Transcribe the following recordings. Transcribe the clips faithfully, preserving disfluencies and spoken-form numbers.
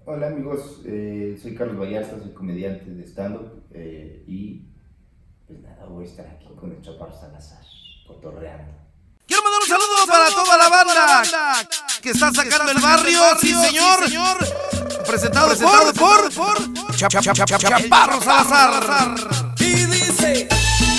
Hola amigos, eh, soy Carlos Vallarta, soy comediante de stand-up eh, y pues nada, voy a estar aquí con el Chaparro Salazar, cotorreando. Quiero mandar un saludo para toda la banda que está sacando el barrio, sí señor, presentado por, por Chaparro Salazar. Y dice...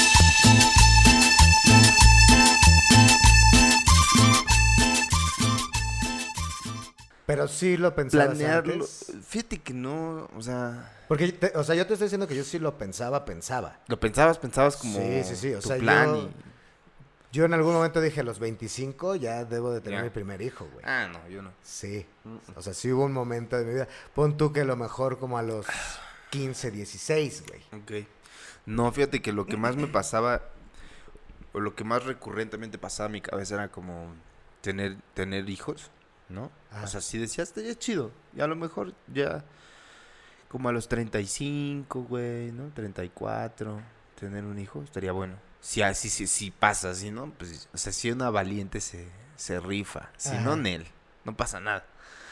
Pero sí lo pensabas Planearlo, antes. fíjate que no, o sea... Porque, te- o sea, yo te estoy diciendo que yo sí lo pensaba, pensaba. Lo pensabas, pensabas como Sí, sí, sí, o tu sea, plan yo- y... Yo en algún momento dije, a los veinticinco ya debo de tener Ya. mi primer hijo, güey. Ah, no, yo no. Sí. O sea, sí hubo un momento de mi vida. Pon tú que a lo mejor como a los quince, dieciséis, güey. Ok. No, fíjate que lo que más me pasaba, o lo que más recurrentemente pasaba a mi cabeza era como tener, tener hijos, ¿no? Ah. O sea, si decías, estaría chido. Y a lo mejor ya como a los treinta y cinco, güey, ¿no? treinta y cuatro, tener un hijo, estaría bueno. Si así si, si pasa, si no, pues, o sea, si una valiente se, se rifa. Si Ajá. no, Nel, no pasa nada.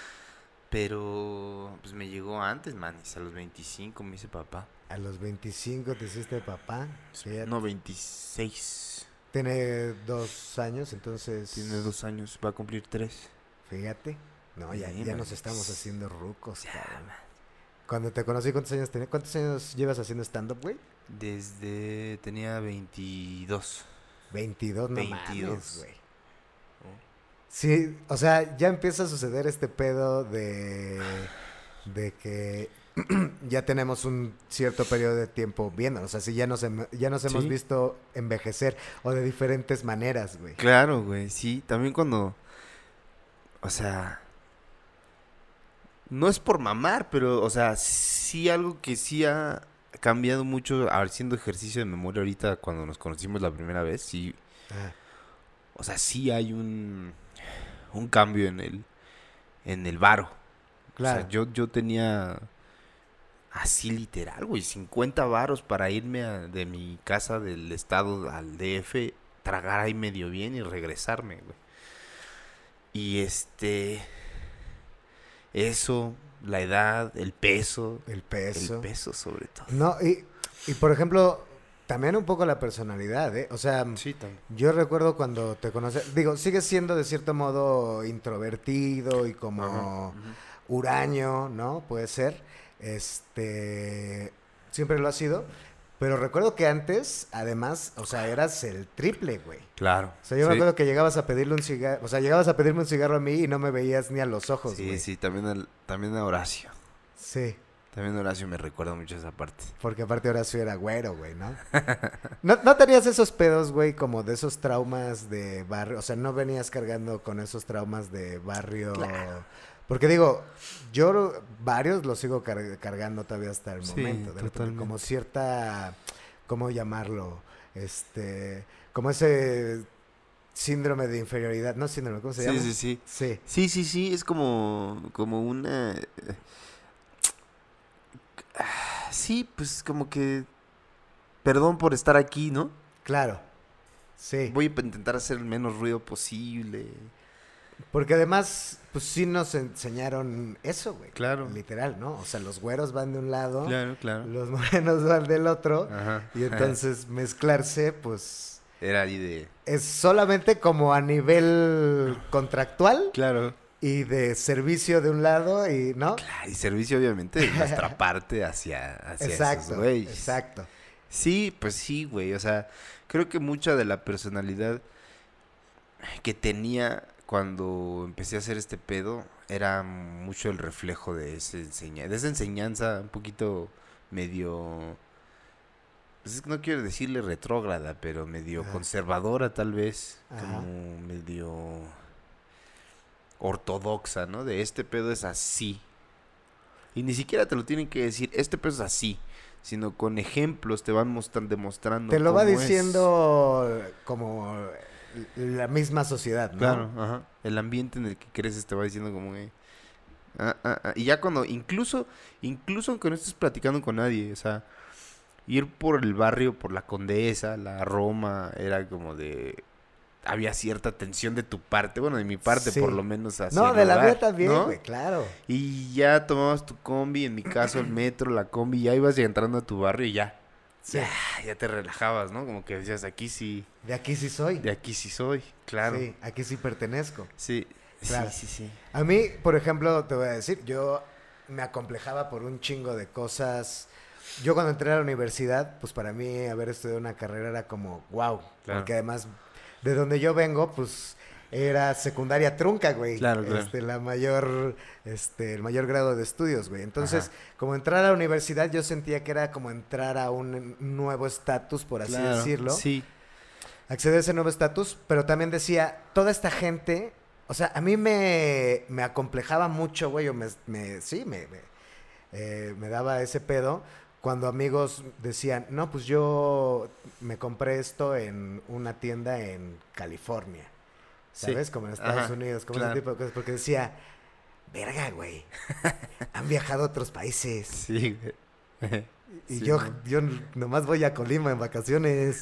Pero, pues me llegó antes, manis, a los veinticinco me hice papá. A los veinticinco te hiciste papá. Fíjate. No, veintiséis. Tiene dos años, entonces... Tiene dos años, va a cumplir tres. Fíjate. No, ya, Sí, ya man. nos estamos haciendo rucos, Ya, cabrón. man. Cuando te conocí, ¿cuántos años tenías? ¿Cuántos años llevas haciendo stand-up, güey? Desde, tenía veintidós. veintidós, no veintidós. mames, güey. Sí, o sea, ya empieza a suceder este pedo de, de que ya tenemos un cierto periodo de tiempo viendo, o sea, si ya nos, hem- ya nos hemos Sí. visto envejecer o de diferentes maneras, güey. Claro, güey, sí. También cuando, o sea, no es por mamar, pero, o sea, sí algo que sí ha cambiado mucho haciendo ejercicio de memoria ahorita cuando nos conocimos la primera vez, sí. Ah, O sea, sí hay un, un cambio en el, en el varo. claro. O sea, yo, yo tenía así literal, güey, cincuenta varos para irme a- de mi casa del estado al D F, tragar ahí medio bien y regresarme, güey. Y este, eso, la edad, el peso, El peso. el peso sobre todo. No, y, y por ejemplo, también un poco la personalidad, ¿eh? O sea, Sí, también. yo recuerdo cuando te conocí, digo, sigues siendo de cierto modo introvertido y como Ajá, ujú. huraño, ¿no? Puede ser. Este, siempre lo ha sido. Pero recuerdo que antes, además, o sea, eras el triple, güey. Claro. O sea, yo me Sí. acuerdo que llegabas a pedirle un cigarro, o sea, llegabas a pedirme un cigarro a mí y no me veías ni a los ojos, Sí, güey. sí, también, al- también a Horacio. Sí, También Horacio me recuerda mucho esa parte. porque aparte ahora sí era güero, güey, ¿no? ¿No? ¿No tenías esos pedos, güey, como de esos traumas de barrio? O sea, ¿no venías cargando con esos traumas de barrio? Porque digo, yo varios los sigo car- cargando todavía hasta el Sí, momento. De repente, totalmente. como cierta, ¿cómo llamarlo? Este, como ese síndrome de inferioridad. No síndrome, ¿cómo se Sí, llama? sí, sí. Sí. Sí, sí, sí, es como, como una... eh, ah, Sí, pues como que... Perdón por estar aquí, ¿no? Claro. Sí. Voy a intentar hacer el menos ruido posible. Porque además, pues sí nos enseñaron eso, güey. Claro. Literal, ¿no? O sea, los güeros van de un lado, Claro, claro. los morenos van del otro. Ajá. Y entonces mezclarse, pues, Era ahí de... es solamente como a nivel contractual Claro. y de servicio de un lado y, ¿no? Y servicio obviamente de nuestra parte hacia, hacia Exacto, esos güeyes. exacto. Sí, pues sí, güey. O sea, creo que mucha de la personalidad que tenía cuando empecé a hacer este pedo era mucho el reflejo de, ese enseña de esa enseñanza un poquito medio... Pues es que no quiero decirle retrógrada, pero medio Ajá. conservadora tal vez. Ajá. Como medio ortodoxa, ¿no? De este pedo es así. Y ni siquiera te lo tienen que decir, este pedo es así. Sino con ejemplos te van mostran, demostrando. Te lo va cómo es. diciendo como la misma sociedad, ¿no? Claro, ajá. El ambiente en el que creces te va diciendo como que... ah, ah, ah. Y ya cuando, incluso, incluso aunque no estés platicando con nadie, o sea, ir por el barrio, por la Condesa, la Roma, era como de... había cierta tensión de tu parte, bueno, de mi parte Sí. por lo menos. Hacia No, el de la lugar, mía también, ¿no? güey, claro. Y ya tomabas tu combi, en mi caso el metro, la combi, ya ibas entrando a tu barrio y ya, Sí. ya, ya te relajabas, ¿no? Como que decías, aquí sí, De aquí sí soy. de aquí sí soy, claro. Sí, aquí sí pertenezco. Sí, Claro. sí, sí, sí. A mí, por ejemplo, te voy a decir, yo me acomplejaba por un chingo de cosas. Yo cuando entré a la universidad, pues para mí haber estudiado una carrera era como, wow. Claro. Porque además, de donde yo vengo, pues era secundaria trunca, güey. Claro, claro. Este, la mayor, este, el mayor grado de estudios, güey. Entonces, Ajá. como entrar a la universidad, yo sentía que era como entrar a un nuevo estatus, por así Claro, decirlo. Sí, Acceder a ese nuevo estatus, pero también decía, toda esta gente, o sea, a mí me, me acomplejaba mucho, güey, o me, me- sí, me, me, eh, me daba ese pedo cuando amigos decían, no, pues yo me compré esto en una tienda en California, Sí. ¿sabes? Como en Estados Ajá, Unidos, como claro. ese tipo de cosas, porque decía, verga, güey, han viajado a otros países. sí, güey. Y Sí, yo, ¿no? yo nomás voy a Colima en vacaciones.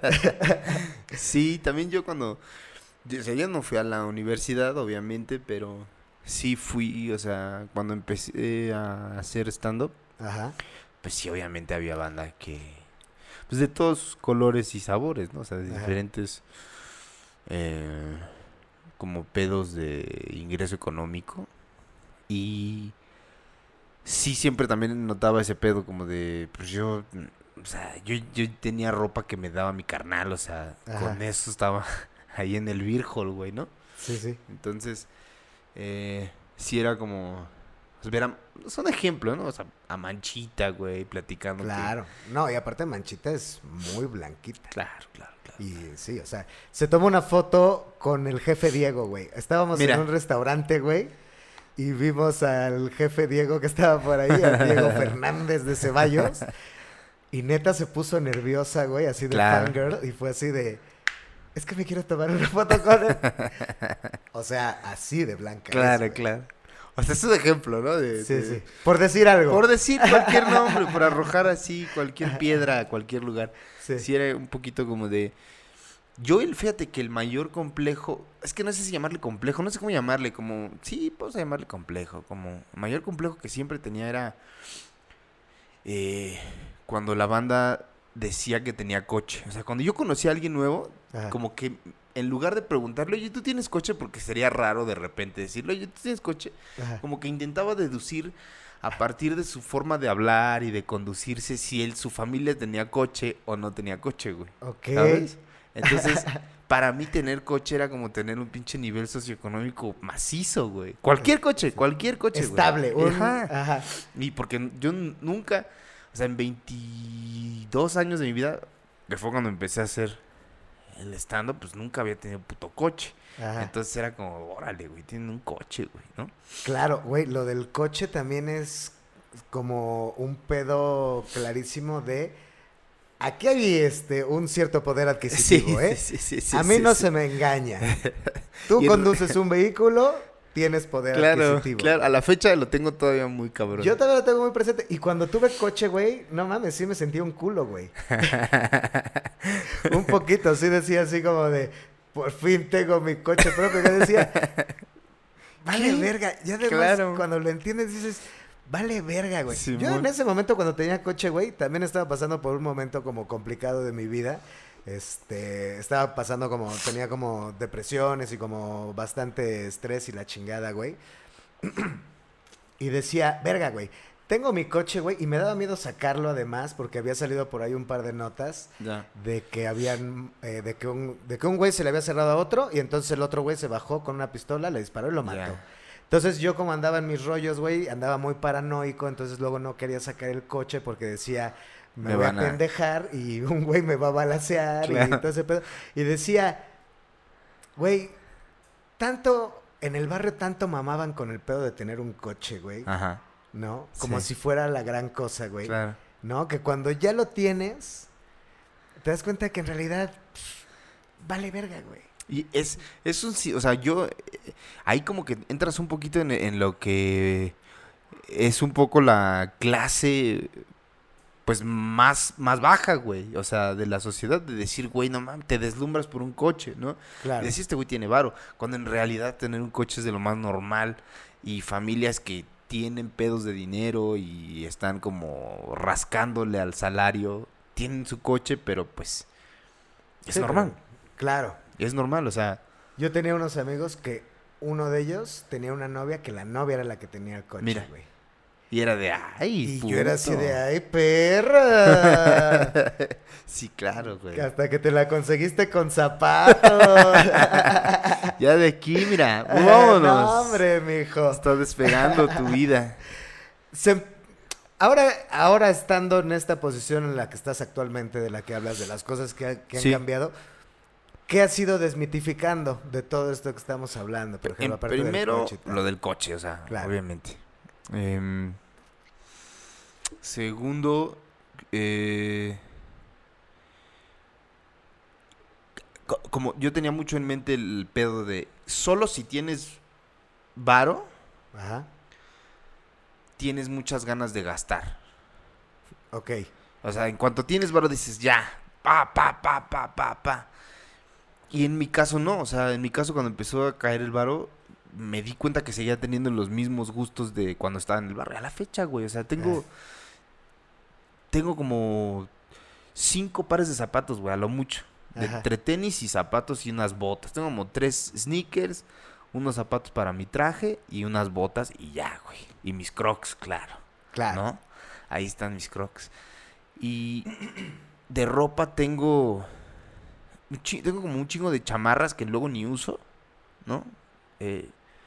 Sí, también yo cuando, yo, o sea, yo no fui a la universidad, obviamente, pero sí fui, o sea, cuando empecé a hacer stand-up, Ajá. pues sí, obviamente había banda que, pues de todos colores y sabores, ¿no? O sea, de Ajá. diferentes, eh, como pedos de ingreso económico. Y sí, siempre también notaba ese pedo como de, pues yo, mm, o sea, yo, yo tenía ropa que me daba mi carnal, o sea, Ajá. con eso estaba ahí en el beer hall, güey, ¿no? Sí, sí. Entonces, eh, sí era como, pues ver a, son ejemplos, ¿no? O sea, a Manchita, güey, platicando. que- Claro. No, y aparte Manchita es muy blanquita. claro, claro, claro. Y sí, o sea, se tomó una foto con el jefe Diego, güey. Estábamos Mira. en un restaurante, güey, y vimos al jefe Diego que estaba por ahí, a Diego Fernández de Ceballos, y neta se puso nerviosa, güey, así de Claro. fangirl, y fue así de, es que me quiero tomar una foto con él. O sea, así de blanca. es, Claro, güey. claro. O sea, es un ejemplo, ¿no? De, Sí, de- sí. Por decir algo. Por decir cualquier nombre, por arrojar así cualquier piedra a cualquier lugar. Sí. Sí, era un poquito como de... Yo, el, fíjate que el mayor complejo... Es que no sé si llamarle complejo, no sé cómo llamarle, como... Sí, vamos a llamarle complejo. Como el mayor complejo que siempre tenía era... eh, cuando la banda decía que tenía coche. O sea, cuando yo conocí a alguien nuevo, Ajá. como que en lugar de preguntarle, oye, ¿tú tienes coche? Porque sería raro de repente decirle, oye, ¿tú tienes coche? Ajá. Como que intentaba deducir a partir de su forma de hablar y de conducirse si él, su familia tenía coche o no tenía coche, güey. Ok. ¿Sabes? Entonces, para mí tener coche era como tener un pinche nivel socioeconómico macizo, güey. Cualquier coche, cualquier coche, güey. Estable. un- Ajá. Ajá. Y porque yo n- nunca, o sea, en veintidós años de mi vida, que fue cuando empecé a hacer el stand-up, pues nunca había tenido puto coche. Ajá. Entonces era como, órale, güey, tiene un coche, güey, ¿no? Claro, güey, lo del coche también es como un pedo clarísimo de... Aquí hay este un cierto poder adquisitivo, ¿eh? sí, sí, sí, A mí sí, no sí. se me engaña. Tú Y en- conduces un vehículo, tienes poder Claro, adquisitivo. claro, a la fecha lo tengo todavía muy cabrón. Yo también lo tengo muy presente. Y cuando tuve coche, güey, no mames, sí me sentía un culo, güey. Un poquito, sí decía así como de, por fin tengo mi coche propio. Yo decía, vale ¿Qué? verga. Y además, Claro. cuando lo entiendes, dices, vale verga, güey. Yo Simón. en ese momento, cuando tenía coche, güey, también estaba pasando por un momento como complicado de mi vida. Este, estaba pasando como, tenía como depresiones y como bastante estrés y la chingada, güey. Y decía, verga, güey, tengo mi coche, güey, y me daba miedo sacarlo además porque había salido por ahí un par de notas Ya. de que habían, eh, de que un, de que un güey se le había cerrado a otro y entonces el otro güey se bajó con una pistola, le disparó y lo mató. Ya. Entonces yo como andaba en mis rollos, güey, andaba muy paranoico, entonces luego no quería sacar el coche porque decía, me, Me voy a van a- pendejar y un güey me va a balacear y Claro. todo ese pedo. Y decía, güey, tanto, en el barrio tanto mamaban con el pedo de tener un coche, güey, Ajá, ¿no? Como Sí. si fuera la gran cosa, güey. claro. ¿No? Que cuando ya lo tienes, te das cuenta que en realidad pff, vale verga, güey. Y es, es un, sí, o sea, yo, eh, ahí como que entras un poquito en, en lo que es un poco la clase pues más, más baja, güey. O sea, de la sociedad, de decir, güey, no mames, te deslumbras por un coche, ¿no? Claro. Y decir, este güey tiene varo. Cuando en realidad tener un coche es de lo más normal. Y familias que tienen pedos de dinero y están como rascándole al salario, tienen su coche, pero pues es Sí, normal. pero- claro. Es normal, o sea, Yo tenía unos amigos que uno de ellos tenía una novia que la novia era la que tenía el coche, Mira. güey. y era de, ay, Y yo era así puto". de, ay, perra. Sí, claro, güey. Que hasta que te la conseguiste con zapatos. Ya de aquí, mira, vámonos. No, hombre, mijo. Está despegando tu vida. Se- Ahora, ahora estando en esta posición en la que estás actualmente, de la que hablas, de las cosas que, ha- que han Sí. cambiado, ¿qué has ido desmitificando de todo esto que estamos hablando? Por ejemplo, En aparte del primero, coche y tal? lo del coche, o sea, Claro. obviamente. Em, segundo, eh, co- como yo tenía mucho en mente el pedo de solo si tienes varo, Ajá, tienes muchas ganas de gastar. ok. O sea, en cuanto tienes varo dices ya, pa, pa, pa, pa, pa, pa. Y en mi caso no, o sea, en mi caso cuando empezó a caer el varo, me di cuenta que seguía teniendo los mismos gustos de cuando estaba en el barrio. A la fecha, güey, o sea, tengo... Ah. Tengo como cinco pares de zapatos, güey, a lo mucho. De Ajá. entre tenis y zapatos y unas botas. Tengo como tres sneakers, unos zapatos para mi traje y unas botas y ya, güey. Y mis crocs, claro. Claro. ¿No? Ahí están mis crocs. Y de ropa tengo... un chi- Tengo como un chingo de chamarras que luego ni uso, ¿no? Eh,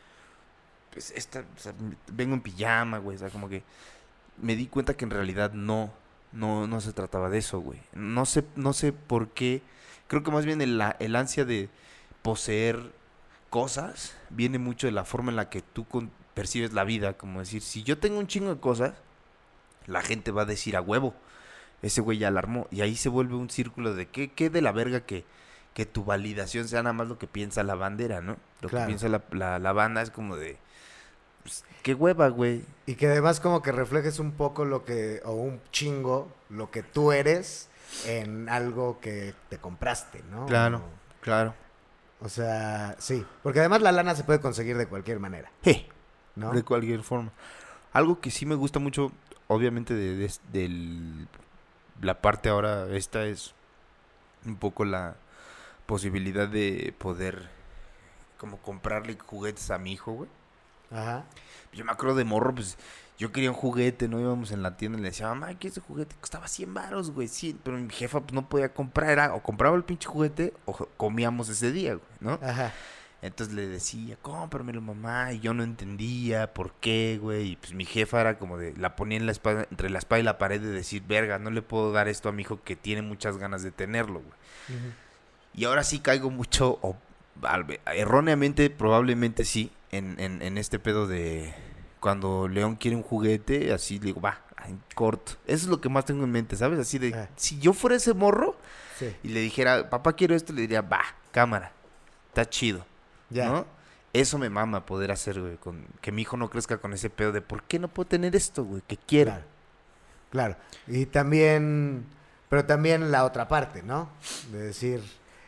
pues esta, o sea, m- vengo en pijama, güey, o sea, como que me di cuenta que en realidad no, no, no se trataba de eso, güey. No sé, no sé por qué. Creo que más bien el, la- el ansia de poseer cosas viene mucho de la forma en la que tú con- percibes la vida. Como decir, si yo tengo un chingo de cosas, la gente va a decir a huevo, ese güey ya alarmó. Y ahí se vuelve un círculo de qué, qué de la verga que, que tu validación sea nada más lo que piensa la bandera, ¿no? Lo Claro. que piensa la, la, la banda es como de, pues, qué hueva, güey. Y que además como que reflejes un poco lo que, o un chingo, lo que tú eres en algo que te compraste, ¿no? Claro, claro. O sea, sí. Porque además la lana se puede conseguir de cualquier manera, Je, ¿no? de cualquier forma. Algo que sí me gusta mucho, obviamente, de, de- del- la parte ahora, esta es un poco la posibilidad de poder como comprarle juguetes a mi hijo, güey. Ajá. Yo me acuerdo de morro, pues yo quería un juguete, ¿no? Íbamos en la tienda y le decía, mamá, ¿qué es ese juguete? Costaba cien varos, güey, sí. Pero mi jefa pues no podía comprar, era o compraba el pinche juguete o jo- comíamos ese día, güey, ¿no? Ajá. Entonces le decía, cómpramelo, mamá, y yo no entendía por qué, güey. Y pues mi jefa era como de, la ponía en la espada, entre la espada y la pared de decir, verga, no le puedo dar esto a mi hijo que tiene muchas ganas de tenerlo, güey. Ujú. Y ahora sí caigo mucho, o, al- erróneamente, probablemente sí, en, en, en este pedo de cuando León quiere un juguete, así le digo, va, en corto. Eso es lo que más tengo en mente, ¿sabes? Así de, Ah. si yo fuera ese morro Sí. y le dijera, papá, quiero esto, le diría, va, cámara, está chido, Ya. ¿no? Eso me mama poder hacer, güey, con, que mi hijo no crezca con ese pedo de, ¿por qué no puedo tener esto, güey? Que quiero. Claro. Claro. Y también, pero también la otra parte, ¿no? De decir,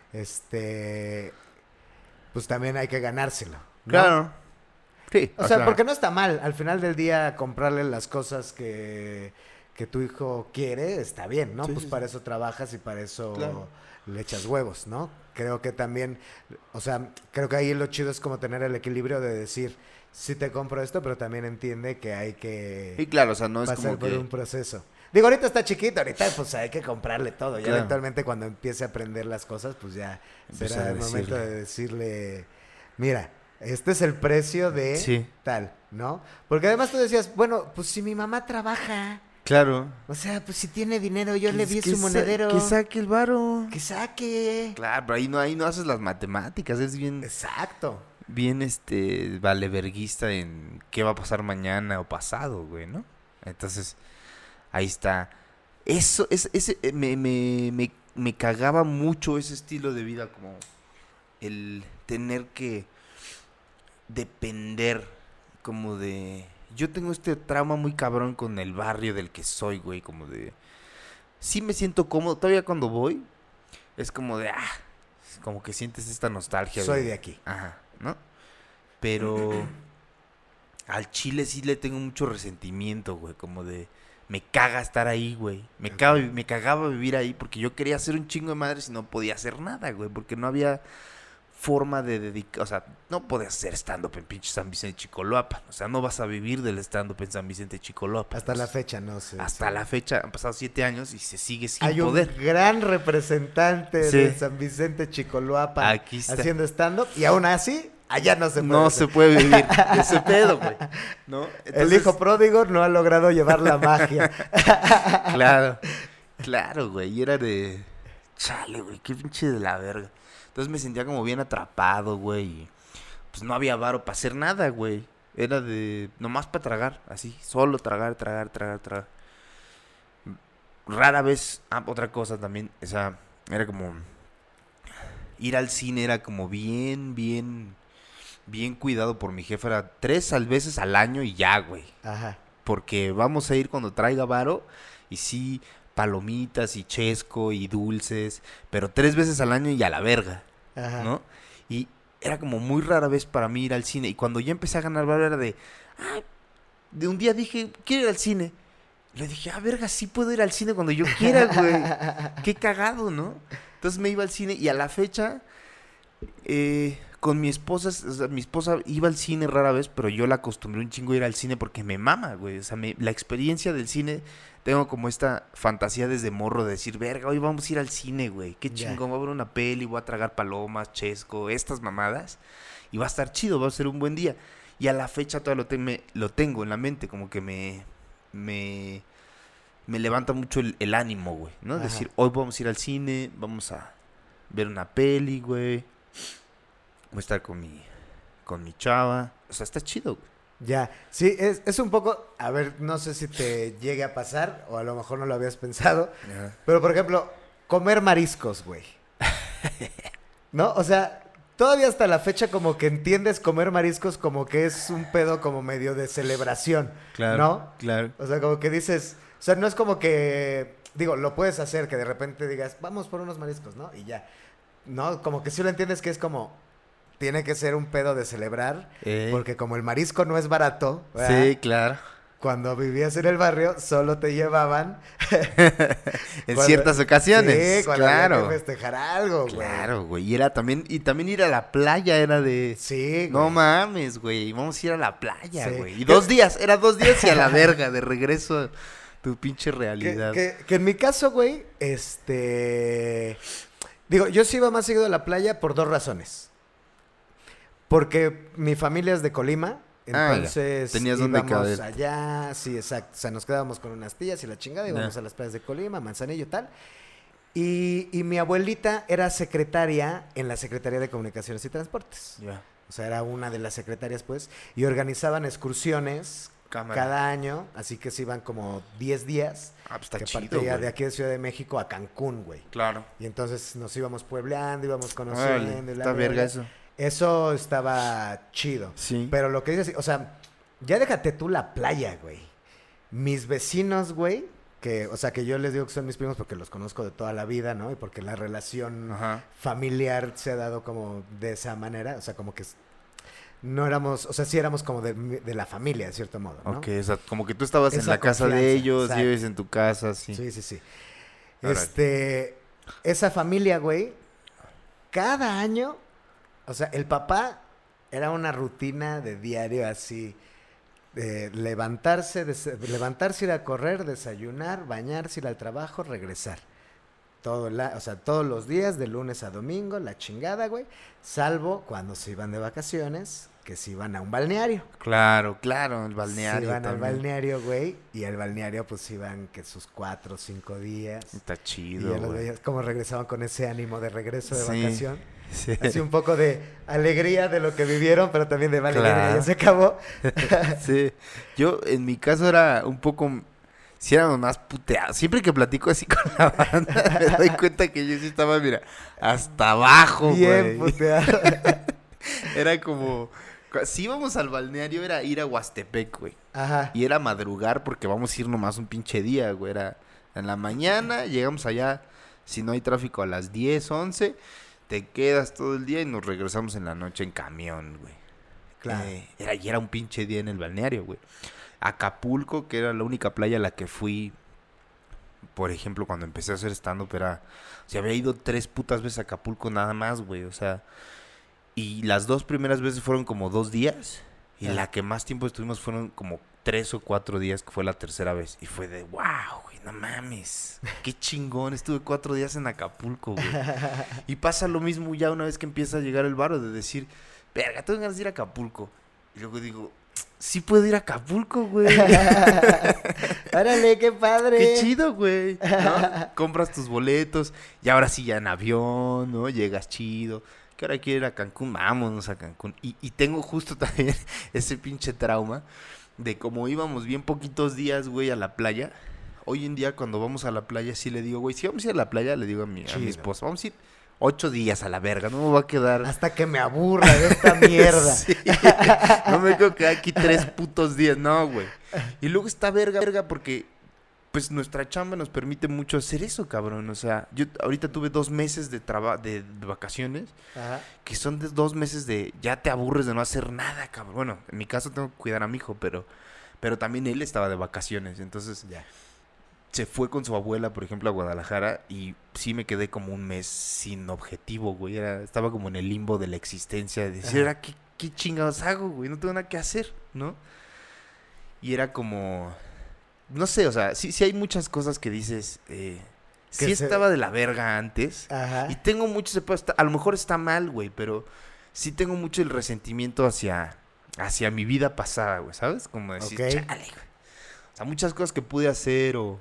este, pues también hay que ganárselo, ¿no? Claro. Sí. O sea, porque no está mal. Al final del día, comprarle las cosas que, que tu hijo quiere, está bien, ¿no? Sí, Pues sí, para eso trabajas y para eso Claro. le echas huevos, ¿no? Creo que también, o sea, creo que ahí lo chido es como tener el equilibrio de decir, sí te compro esto, pero también entiende que hay que Y claro, o sea, no es pasar como por que... un proceso. Digo, ahorita está chiquito, ahorita pues hay que comprarle todo. Ya Claro. eventualmente cuando empiece a aprender las cosas, pues ya Empieza será a el momento decirle. de decirle, mira, este es el precio de Sí. tal, ¿no? Porque además tú decías, bueno, pues si mi mamá trabaja, Claro. o sea, pues si tiene dinero, yo le Que- vi que su sa- monedero, Que saque el varo. que saque. Claro, pero ahí no, ahí no haces las matemáticas, es bien, Exacto. bien este, valeverguista en qué va a pasar mañana o pasado, güey, ¿no? Entonces, ahí está. Eso, es, ese, eh, me, me, me, me cagaba mucho ese estilo de vida, como el tener que depender como de yo tengo este trauma muy cabrón con el barrio del que soy, güey, como de... Sí me siento cómodo, todavía cuando voy, es como de, ah, como que sientes esta nostalgia. Soy de aquí. Ajá, ¿no? Pero al chile sí le tengo mucho resentimiento, güey, como de, me caga estar ahí, güey. Me, Ok. caga, me cagaba vivir ahí porque yo quería hacer un chingo de madres y no podía hacer nada, güey, porque no había forma de dedicar, o sea, no podías hacer stand-up en pinche San Vicente Chicoloapan, o sea, no vas a vivir del stand-up en San Vicente Chicoloapan. Hasta la fecha, no sé. Hasta sí. la fecha, han pasado siete años y se sigue sin Hay poder. un gran representante Sí. de San Vicente Chicoloapan Aquí está. haciendo stand-up y aún así, allá no se puede. No hacer. se puede vivir de ese pedo, güey, ¿no? El Entonces, hijo pródigo no ha logrado llevar la magia. Claro, claro, güey, y era de... Chale, güey, qué pinche de la verga. Entonces me sentía como bien atrapado, güey, y pues no había varo para hacer nada, güey. Era de... nomás para tragar, así, solo tragar, tragar, tragar, tragar. Rara vez... Ah, otra cosa también, o sea, era como... Ir al cine era como bien, bien... Bien cuidado por mi jefa, era tres al veces al año y ya, güey. Ajá. Porque vamos a ir cuando traiga varo y sí, palomitas y chesco y dulces, pero tres veces al año y a la verga, Ajá. ¿no? Y era como muy rara vez para mí ir al cine. Y cuando ya empecé a ganar varo era de, ah, de un día dije, quiero ir al cine. Le dije, ah, verga, sí puedo ir al cine cuando yo quiera, güey. Qué cagado, ¿no? Entonces me iba al cine y a la fecha, eh, con mi esposa, o sea, mi esposa iba al cine rara vez, pero yo la acostumbré un chingo a ir al cine porque me mama, güey. O sea, me, la experiencia del cine, tengo como esta fantasía desde morro de decir, verga, hoy vamos a ir al cine, güey. Qué Ya. chingón, voy a ver una peli, voy a tragar palomas, chesco, estas mamadas. Y va a estar chido, va a ser un buen día. Y a la fecha todavía lo, te- me- lo tengo en la mente, como que me... me me levanta mucho el, el ánimo, güey, ¿no? Ajá. Decir, hoy vamos a ir al cine, vamos a ver una peli, güey. Voy a estar con mi, con mi chava. O sea, está chido, güey. Ya, sí, es, es un poco, a ver, no sé si te llegue a pasar o a lo mejor no lo habías pensado, pero por ejemplo, comer mariscos, güey. ¿No? O sea, todavía hasta la fecha como que entiendes comer mariscos como que es un pedo como medio de celebración, ¿no? claro. O sea, como que dices, o sea, no es como que, digo, lo puedes hacer, que de repente digas, vamos por unos mariscos, ¿no? Y ya, ¿no? Como que sí lo entiendes que es como, tiene que ser un pedo de celebrar, Eh, porque como el marisco no es barato, ¿verdad? sí, claro. Cuando vivías en el barrio, solo te llevaban. En cuando- ciertas ocasiones. Sí, cuando había claro. que festejar algo, güey. Claro, güey. Y era también, y también ir a la playa era de. Sí, No güey. mames, güey. Vamos a ir a la playa, Sí. güey. Y dos días, era dos días y a la verga, de regreso a tu pinche Que, realidad. que- que en mi caso, güey, este... Digo, yo sí iba más seguido a la playa por dos razones. Porque mi familia es de Colima, Ah, ya. entonces Tenías dónde íbamos caerte. allá, sí, exacto. O sea, nos quedábamos con unas tías y la chingada, íbamos Ya. a las playas de Colima, Manzanillo y tal. Y, y mi abuelita era secretaria en la Secretaría de Comunicaciones y Transportes. Ya. O sea, era una de las secretarias, pues, y organizaban excursiones Cámara. cada año, así que se iban como diez días, Ah, pues está que chido, partía güey. de aquí de Ciudad de México a Cancún, güey. Claro. Y entonces nos íbamos puebleando, íbamos conociendo. Órale, y la está verga eso. Eso estaba chido. Sí. Pero lo que dices, o sea, ya déjate tú la playa, güey. Mis vecinos, güey, que, o sea, que yo les digo que son mis primos porque los conozco de toda la vida, ¿no? Y porque la relación Ajá. familiar se ha dado como de esa manera, o sea, como que s- no éramos, o sea, sí éramos como de, mi- de la familia, de cierto modo, ¿no? Ok, o sea, como que tú estabas en Esa la casa de confianza, ellos, exacto. vives en tu casa, sí. Sí, sí, sí. Órale. Este, esa familia, güey, cada año, o sea, el papá era una rutina de diario así, de levantarse, des- levantarse, ir a correr, desayunar, bañarse, ir al trabajo, regresar. Todo la, o sea, todos los días, de lunes a domingo, la chingada, güey, salvo cuando se iban de vacaciones, que se iban a un balneario. Claro, claro, el Se balneario iban al también. balneario, güey, y al balneario pues iban que sus cuatro o cinco días. Está Y chido, ya los güey. veías cómo regresaban con ese ánimo de regreso de Sí. vacación. Sí. Así un poco de alegría de lo que vivieron, pero también de vale, Claro. ya se acabó. Sí. Yo, en mi caso, era un poco... Sí éramos más puteados. Siempre que platico así con la banda, me doy cuenta que yo sí estaba, mira, hasta abajo, Bien güey. puteado. Era como... Si íbamos al balneario era ir a Huastepec, güey. Ajá. Y era madrugar porque vamos a ir nomás un pinche día, güey. Era en la mañana, llegamos allá, si no hay tráfico, a las diez, once. Te quedas todo el día y nos regresamos en la noche en camión, güey. Claro. Eh, era, y era un pinche día en el balneario, güey. Acapulco, que era la única playa a la que fui, por ejemplo, cuando empecé a hacer stand-up, era... O sea, había ido tres putas veces a Acapulco nada más, güey. O sea, y las dos primeras veces fueron como dos días. Y Ah. la que más tiempo estuvimos fueron como tres o cuatro días, que fue la tercera vez. Y fue de, wow, güey, no mames. Qué chingón, estuve cuatro días en Acapulco, güey. Y pasa lo mismo ya una vez que empieza a llegar el varo de decir, verga, tengo ganas de ir a Acapulco. Y luego digo, sí puedo ir a Acapulco, güey. Órale, qué padre. Qué chido, güey, ¿no? Compras tus boletos y ahora sí ya en avión, ¿no? Llegas chido. Que ahora quiero ir a Cancún, vámonos a Cancún. Y, y tengo justo también ese pinche trauma de como íbamos bien poquitos días, güey, a la playa. Hoy en día cuando vamos a la playa sí le digo, güey, si vamos a ir a la playa, le digo a mi, a mi Chido. esposa, vamos a ir ocho días a la verga, no me va a quedar... Hasta que me aburra de esta mierda. Sí. No me quiero quedar aquí tres putos días, no, güey. Y luego está verga, verga, porque pues nuestra chamba nos permite mucho hacer eso, cabrón. O sea, yo ahorita tuve dos meses de traba de, de vacaciones, Ajá. que son de dos meses de ya te aburres de no hacer nada, cabrón. Bueno, en mi caso tengo que cuidar a mi hijo, pero, pero también él estaba de vacaciones, entonces Ya. se fue con su abuela, por ejemplo, a Guadalajara y sí me quedé como un mes sin objetivo, güey. Era, estaba como en el limbo de la existencia, de decir, Ajá. "Ahora, ¿qué, qué chingados hago, güey? No tengo nada que hacer, ¿no?" Y era como, no sé, o sea, sí, sí hay muchas cosas que dices, eh, Que sí se- estaba de la verga antes Ajá. y tengo mucho, se puede estar- a lo mejor está mal, güey, pero sí tengo mucho el resentimiento hacia, hacia mi vida pasada, güey, ¿sabes? Como decir, Ok. chale, güey. O sea, muchas cosas que pude hacer o...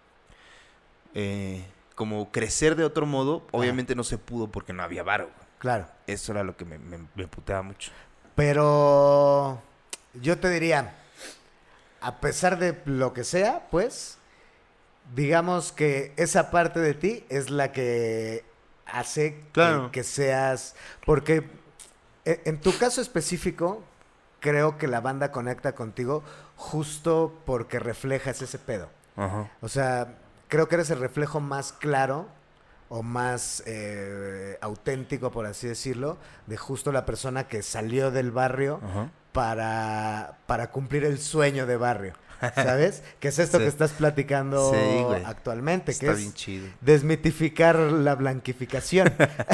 Eh, como crecer de otro modo, obviamente no se pudo porque no había varo, güey. Claro. Eso era lo que me, me, me puteaba mucho. Pero yo te diría, a pesar de lo que sea, pues, digamos que esa parte de ti es la que hace Claro. que, que seas... Porque e- en tu caso específico, creo que la banda conecta contigo justo porque reflejas ese pedo. Ajá. O sea, creo que eres el reflejo más claro o más eh, auténtico, por así decirlo, de justo la persona que salió del barrio Ajá. para, para cumplir el sueño de barrio, ¿sabes? Que es esto Sí. que estás platicando Sí, güey. actualmente, que Está es bien chido. desmitificar la blanquificación,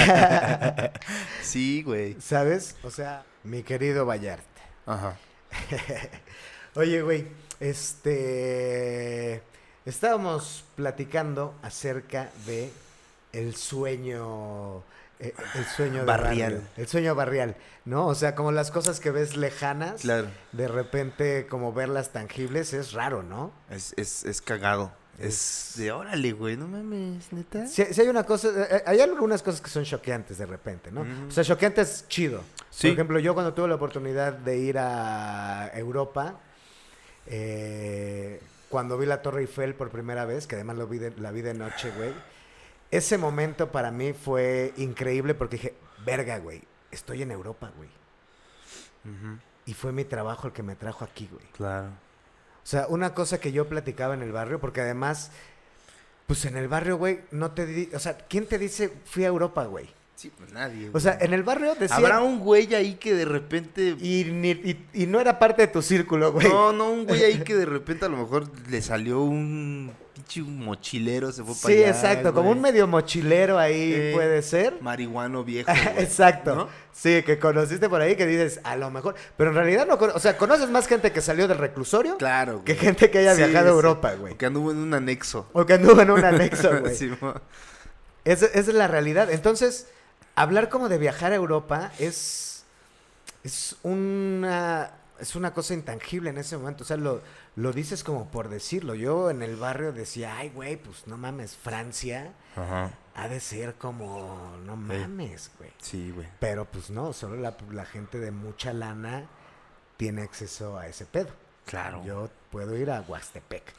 Sí, güey. ¿sabes? O sea, mi querido Vallarta. Ajá. Oye, güey, este... Estábamos platicando acerca de el sueño... eh, El sueño de Barrial. barrio, el sueño barrial, ¿no? O sea, como las cosas que ves lejanas, Claro. de repente como verlas tangibles es raro, ¿no? Es, es, es cagado. Es de órale, güey. No mames, neta. Si, si hay una cosa, eh, hay algunas cosas que son choqueantes de repente, ¿no? Ujú. O sea, choqueante es chido. Sí. Por ejemplo, yo cuando tuve la oportunidad de ir a Europa, eh, cuando vi la Torre Eiffel por primera vez, que además lo vi de- la vi de noche, güey, ese momento para mí fue increíble porque dije, verga, güey, estoy en Europa, güey. Ujú. Y fue mi trabajo el que me trajo aquí, güey. Claro. O sea, una cosa que yo platicaba en el barrio, porque además, pues en el barrio, güey, no te di... O sea, ¿quién te dice fui a Europa, güey? Sí, pues nadie. O sea, güey. en el barrio decía... Habrá un güey ahí que de repente. Y, ni- y, y no era parte de tu círculo, güey. No, no, un güey ahí que de repente a lo mejor le salió un pinche mochilero, se fue para Sí, allá. exacto, como güey. un medio mochilero ahí Eh, puede ser. Marihuano viejo. güey, Exacto. ¿no? Sí, que conociste por ahí que dices, a lo mejor. Pero en realidad no cono- O sea, conoces más gente que salió del reclusorio Claro, güey. que gente que haya Sí, viajado a sí. Europa, güey. O que anduvo en un anexo. O que anduvo en un anexo, güey. Sí, mo- Esa, esa es la realidad. Entonces, hablar como de viajar a Europa es. Es una. Es una cosa intangible en ese momento. O sea, lo, lo dices como por decirlo. Yo en el barrio decía, ay, güey, pues no mames, Francia Ajá. ha de ser como. No mames, güey. Sí, güey. Pero pues no, solo la, la gente de mucha lana tiene acceso a ese pedo. Claro. Yo puedo ir a Huastepec.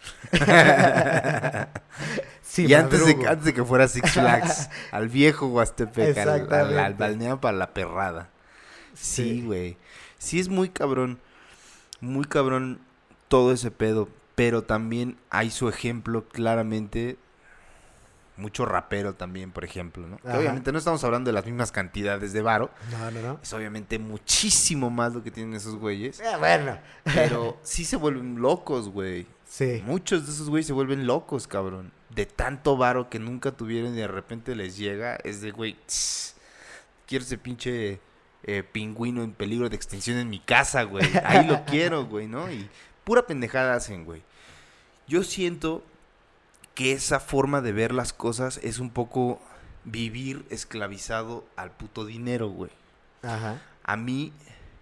Sí, y antes de, madrugo. que- antes de que fuera Six Flags, al viejo Huastepec, al, al, al Exactamente. balneario para la perrada. Sí, Sí. güey. sí es muy cabrón, muy cabrón todo ese pedo, pero también hay su ejemplo claramente, mucho rapero también, por ejemplo, ¿no? Que obviamente no estamos hablando de las mismas cantidades de varo. No, no, no. Es obviamente muchísimo más lo que tienen esos güeyes. Eh, bueno. Pero sí se vuelven locos, güey. Sí. Muchos de esos güeyes se vuelven locos, cabrón. De tanto varo que nunca tuvieron y de repente les llega, es de, güey, tss, quiero ese pinche eh, pingüino en peligro de extinción en mi casa, güey. Ahí lo quiero, güey, ¿no? Y pura pendejada hacen, güey. Yo siento que esa forma de ver las cosas es un poco vivir esclavizado al puto dinero, güey. Ajá. A mí,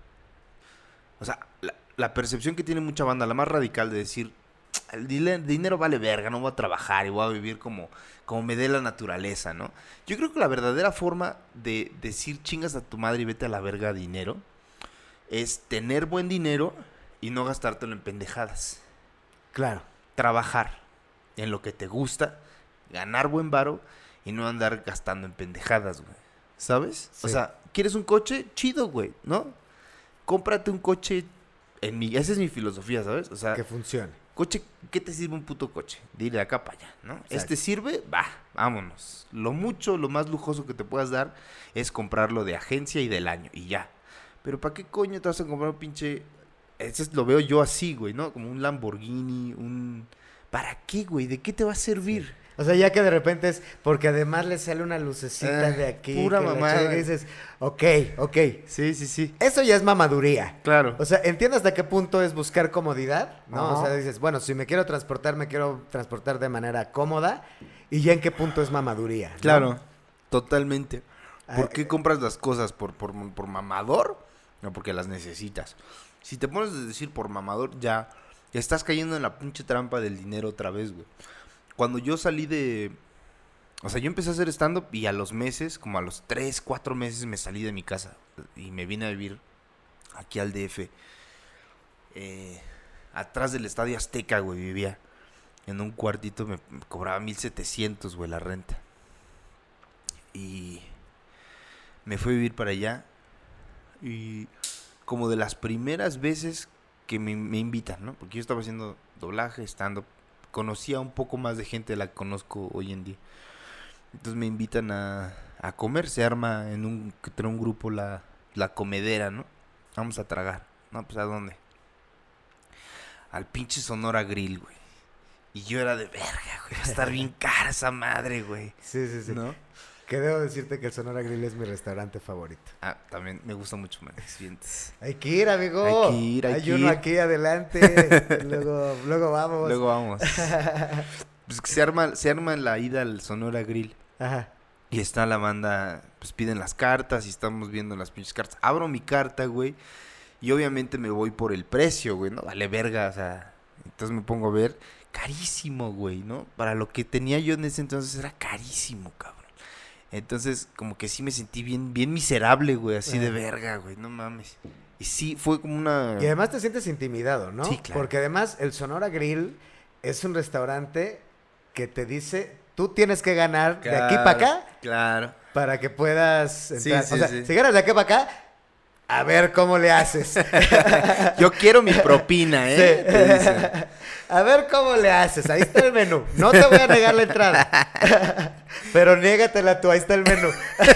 o sea, la, la percepción que tiene mucha banda, la más radical de decir, el dile- dinero vale verga, no voy a trabajar y voy a vivir como, como me dé la naturaleza, ¿no? Yo creo que la verdadera forma de decir chingas a tu madre y vete a la verga dinero es tener buen dinero y no gastártelo en pendejadas. Claro. Trabajar en lo que te gusta, ganar buen varo y no andar gastando en pendejadas, güey. ¿Sabes? Sí. O sea, ¿quieres un coche? Chido, güey, ¿no? Cómprate un coche en mi... Esa es mi filosofía, ¿sabes? O sea, Que funcione. coche, ¿qué te sirve un puto coche? Dile de acá para allá, ¿no? Exacto. ¿Este sirve? Va, vámonos. Lo mucho, lo más lujoso que te puedas dar es comprarlo de agencia y del año y ya. Pero ¿para qué coño te vas a comprar un pinche... Ese es- lo veo yo así, güey, ¿no? Como un Lamborghini, un... ¿Para qué, güey? ¿De qué te va a servir? O sea, ya que de repente es porque además le sale una lucecita Ah, de aquí. pura que la mamada. chinga, y dices, ok, ok. Sí, sí, sí. Eso ya es mamaduría. Claro. O sea, entiendo hasta qué punto es buscar comodidad, ¿no? Ajá. O sea, dices, bueno, si me quiero transportar, me quiero transportar de manera cómoda. Y ya en qué punto es mamaduría, ¿no? Claro, totalmente. ¿Por Ah, qué compras las cosas? ¿Por, por, por mamador? No, porque las necesitas. Si te pones a decir por mamador, ya estás cayendo en la pinche trampa del dinero otra vez, güey. Cuando yo salí de... O sea, yo empecé a hacer stand-up y a los meses, como a los tres, cuatro meses, me salí de mi casa. Y me vine a vivir aquí al D F. Eh, atrás del Estadio Azteca, güey, vivía. En un cuartito me, me cobraba mil setecientos, güey, la renta. Y me fui a vivir para allá. Y como de las primeras veces que me, me invitan, ¿no? Porque yo estaba haciendo doblaje, stand-up. Conocía un poco más de gente de la que conozco hoy en día. Entonces me invitan a, a comer. Se arma en un, entre un grupo la, la comedera, ¿no? Vamos a tragar. No, pues ¿a dónde? Al pinche Sonora Grill, güey. Y yo era de verga, güey. Va a estar bien cara esa madre, güey. Sí, sí, sí. ¿No? Que debo decirte que el Sonora Grill es mi restaurante favorito. Ah, también me gusta mucho, man. Sientes. Hay que ir, amigo. Hay que ir, hay Hay que uno ir. aquí adelante. luego, luego vamos. Luego vamos. Pues que se arma, se arma la ida al Sonora Grill. Ajá. Y está la banda, pues piden las cartas y estamos viendo las pinches cartas. Abro mi carta, güey. Y obviamente me voy por el precio, güey, ¿no? Vale verga, o sea. Entonces me pongo a ver. Carísimo, güey, ¿no? Para lo que tenía yo en ese entonces era carísimo, cabrón. Entonces, como que sí me sentí bien, bien miserable, güey, así de Ajá. verga, güey, no mames. Y sí, fue como una... Y además te sientes intimidado, ¿no? Sí, claro. Porque además el Sonora Grill es un restaurante que te dice, tú tienes que ganar de aquí para acá Claro. para que puedas entrar. sí, o sea, sí. si ganas de aquí para acá, a ver cómo le haces. Yo quiero mi propina, ¿eh? Sí. Te dicen. A ver cómo le haces. Ahí está el menú. No te voy a negar la entrada. Pero niégatela tú. Ahí está el menú.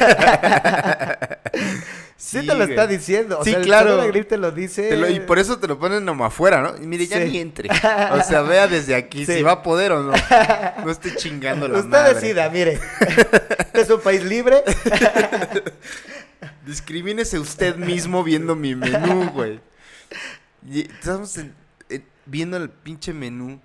Sí, Sí, te lo güey. está diciendo. O Sí, sea, el claro. Sonora Grill te lo dice. Te lo- y por eso te lo ponen como afuera, ¿no? Y mire, ya Sí. ni entre. O sea, vea desde aquí Sí. si va a poder o no. No esté chingando la Usted madre. decida, mire. Este es un país libre. Discrimínese usted mismo viendo mi menú, güey. Y estamos en- en- viendo el pinche menú.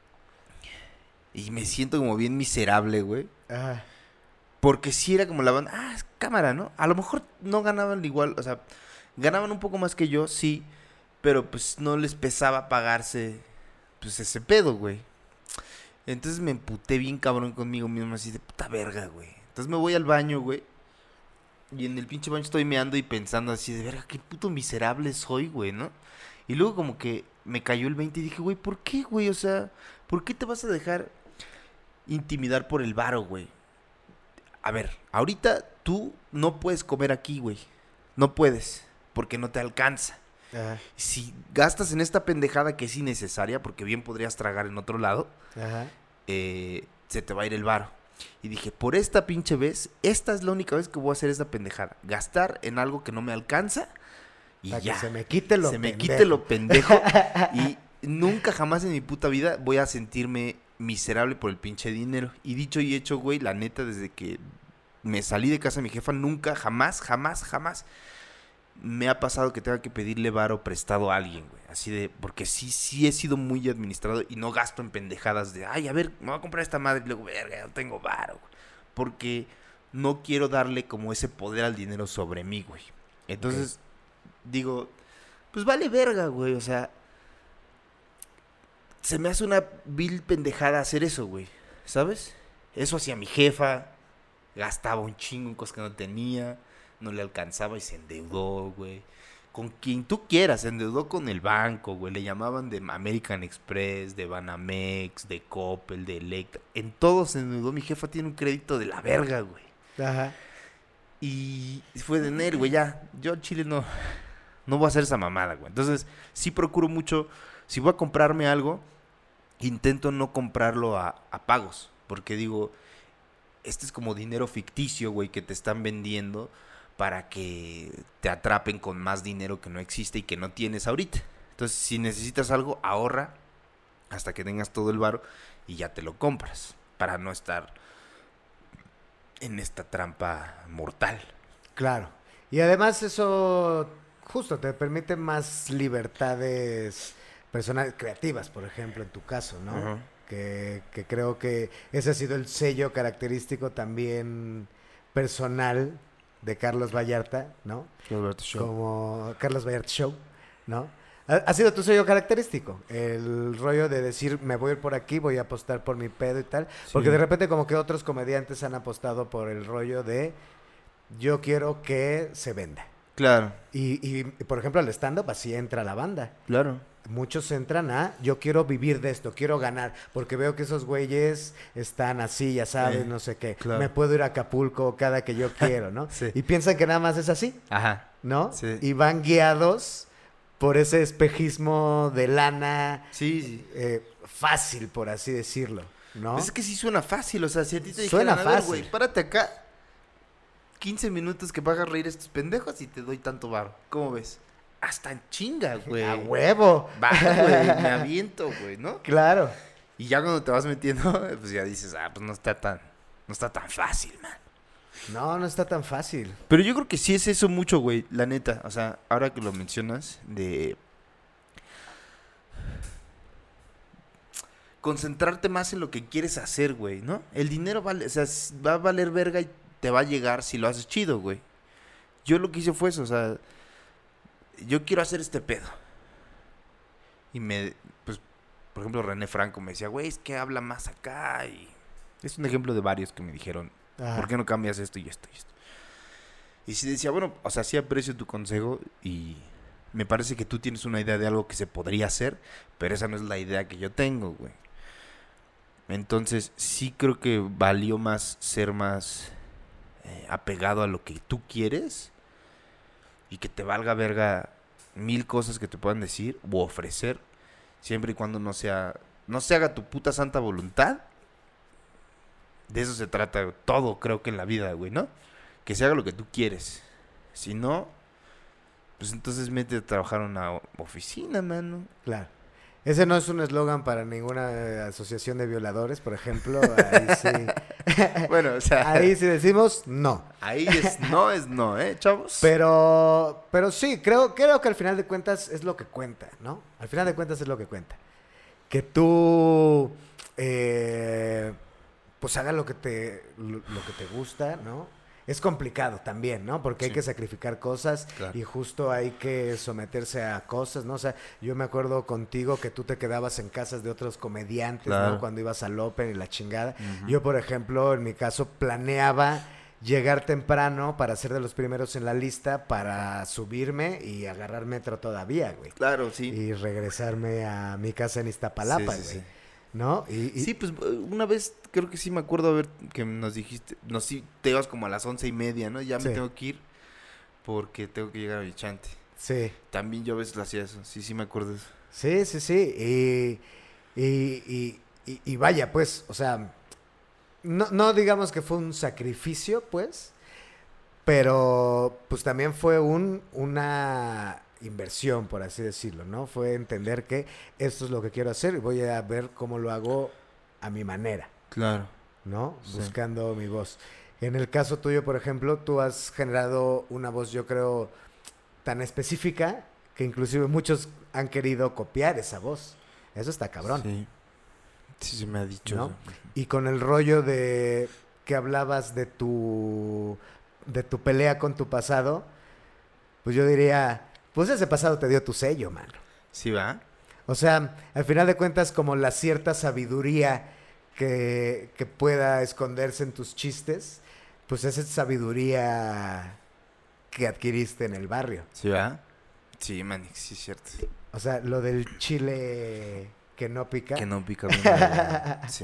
Y me siento como bien miserable, güey. Ajá. Porque sí era como la banda, ah, es cámara, ¿no? A lo mejor no ganaban igual, o sea, ganaban un poco más que yo, sí, pero pues no les pesaba pagarse, pues ese pedo, güey. Entonces me emputé bien cabrón conmigo mismo, así de puta verga, güey. Entonces me voy al baño, güey, y en el pinche baño estoy meando y pensando así de verga, qué puto miserable soy, güey, ¿no? Y luego como que me cayó el veinte y dije, güey, ¿por qué, güey? O sea, ¿por qué te vas a dejar intimidar por el varo, güey? A ver, ahorita tú no puedes comer aquí, güey. No puedes, porque no te alcanza. Ajá. Si gastas en esta pendejada que es innecesaria, porque bien podrías tragar en otro lado, Ajá. eh, se te va a ir el varo. Y dije, por esta pinche vez, esta es la única vez que voy a hacer esta pendejada. Gastar en algo que no me alcanza y Para ya. que se me quite lo se me pendejo. quite lo pendejo. Y nunca jamás en mi puta vida voy a sentirme miserable por el pinche dinero. Y dicho y hecho, güey, la neta, desde que me salí de casa de mi jefa, nunca, jamás, jamás, jamás me ha pasado que tenga que pedirle varo prestado a alguien, güey. Así de, porque sí, sí he sido muy administrado y no gasto en pendejadas de, ay, a ver, me voy a comprar esta madre y luego, verga, no tengo varo, güey. Porque no quiero darle como ese poder al dinero sobre mí, güey. Entonces, okay. digo, pues vale verga, güey, o sea, se me hace una vil pendejada hacer eso, güey, ¿sabes? Eso hacía mi jefa, gastaba un chingo en cosas que no tenía, no le alcanzaba y se endeudó, güey. Con quien tú quieras, se endeudó con el banco, güey. Le llamaban de American Express, de Banamex, de Coppel, de Electra. En todo se endeudó. Mi jefa tiene un crédito de la verga, güey. Ajá. Y fue de enero, güey, ya. Yo al chile no, no voy a hacer esa mamada, güey. Entonces, sí procuro mucho. Si voy a comprarme algo, intento no comprarlo a, a pagos. Porque digo, este es como dinero ficticio, güey, que te están vendiendo para que te atrapen con más dinero que no existe y que no tienes ahorita. Entonces, si necesitas algo, ahorra hasta que tengas todo el varo y ya te lo compras, para no estar en esta trampa mortal. Claro. Y además eso justo te permite más libertades personales, creativas, por ejemplo, en tu caso, ¿no? Uh-huh. Que, que creo que ese ha sido el sello característico también personal de Carlos Vallarta, ¿no? Vallarta Show. Como Carlos Vallarta Show, ¿no? Ha, ha sido tu sello característico, el rollo de decir, me voy a ir por aquí, voy a apostar por mi pedo y tal, sí. Porque de repente como que otros comediantes han apostado por el rollo de, yo quiero que se venda. Claro. Y, y por ejemplo, al stand-up así entra la banda. Claro. Muchos entran a, yo quiero vivir de esto, quiero ganar, porque veo que esos güeyes están así, ya sabes, eh, no sé qué. Claro. Me puedo ir a Acapulco cada que yo quiero, ¿no? Sí. Y piensan que nada más es así, ajá, ¿no? Sí. Y van guiados por ese espejismo de lana. Sí, sí. Eh, fácil, por así decirlo, ¿no? Pues es que sí suena fácil, o sea, si a ti te suena dijeran, a ver, fácil. güey, párate acá, quince minutos que vas a reír a estos pendejos y te doy tanto varo. ¿Cómo ves? Hasta en chinga, güey. ¡A huevo! Va, güey, me aviento, güey, ¿no? Claro. Y ya cuando te vas metiendo, pues ya dices, ah, pues no está tan, no está tan fácil, man. No, no está tan fácil. Pero yo creo que sí es eso mucho, güey, la neta. O sea, ahora que lo mencionas, de concentrarte más en lo que quieres hacer, güey, ¿no? El dinero vale, o sea, va a valer verga y te va a llegar si lo haces chido, güey. Yo lo que hice fue eso, o sea, yo quiero hacer este pedo. Y me, pues, por ejemplo, René Franco me decía, güey, es que habla más acá. Y es un ejemplo de varios que me dijeron, ah. ¿por qué no cambias esto y esto y esto? Y sí decía, bueno, o sea, sí aprecio tu consejo y me parece que tú tienes una idea de algo que se podría hacer, pero esa no es la idea que yo tengo, güey. Entonces, sí creo que valió más ser más eh, apegado a lo que tú quieres y que te valga verga mil cosas que te puedan decir u ofrecer, siempre y cuando no sea, no se haga tu puta santa voluntad. De eso se trata todo, creo que en la vida, güey, ¿no? Que se haga lo que tú quieres. Si no, pues entonces mete a trabajar en una oficina, mano. Claro. Ese no es un eslogan para ninguna eh, asociación de violadores, por ejemplo. Ahí sí. Bueno, o sea. Ahí sí decimos no. Ahí es no, es no, ¿eh, chavos? Pero, pero sí, creo, creo que al final de cuentas es lo que cuenta, ¿no? Al final de cuentas es lo que cuenta. Que tú, eh, pues haga lo que te, lo, lo que te gusta, ¿no? Es complicado también, ¿no? Porque sí. Hay que sacrificar cosas, claro. Y justo hay que someterse a cosas, ¿no? O sea, yo me acuerdo contigo que tú te quedabas en casas de otros comediantes, claro. ¿no? Cuando ibas al Open y la chingada. Uh-huh. Yo, por ejemplo, en mi caso, planeaba llegar temprano para ser de los primeros en la lista, para subirme y agarrar metro todavía, güey. Claro, sí. Y regresarme a mi casa en Iztapalapa, sí, sí, güey. Sí. ¿No? Y, y... Sí, pues una vez creo que sí me acuerdo a ver que nos dijiste, no, sí, te ibas como a las once y media, ¿no? Ya me sí. tengo que ir porque tengo que llegar a mi chante. Sí. También yo a veces lo hacía eso. Sí, sí me acuerdo de eso. Sí, sí, sí. Y, y, y, y, y vaya, pues, o sea, no, no digamos que fue un sacrificio, pues, pero pues también fue un, una inversión, por así decirlo, ¿no? Fue entender que esto es lo que quiero hacer y voy a ver cómo lo hago a mi manera, Claro. ¿no? Sí. Buscando mi voz. En el caso tuyo, por ejemplo, tú has generado una voz, yo creo, tan específica que inclusive muchos han querido copiar esa voz. Eso está cabrón. Sí. Sí, se me ha dicho ¿no? eso. Y con el rollo de que hablabas de tu de tu pelea con tu pasado, pues yo diría, pues ese pasado te dio tu sello, mano. Sí, ¿va? O sea, al final de cuentas, como la cierta sabiduría que, que pueda esconderse en tus chistes, pues esa es sabiduría que adquiriste en el barrio. Sí, ¿va? Sí, Manix, sí es cierto. O sea, lo del chile que no pica. Que no pica bien. ¿Verdad? Sí.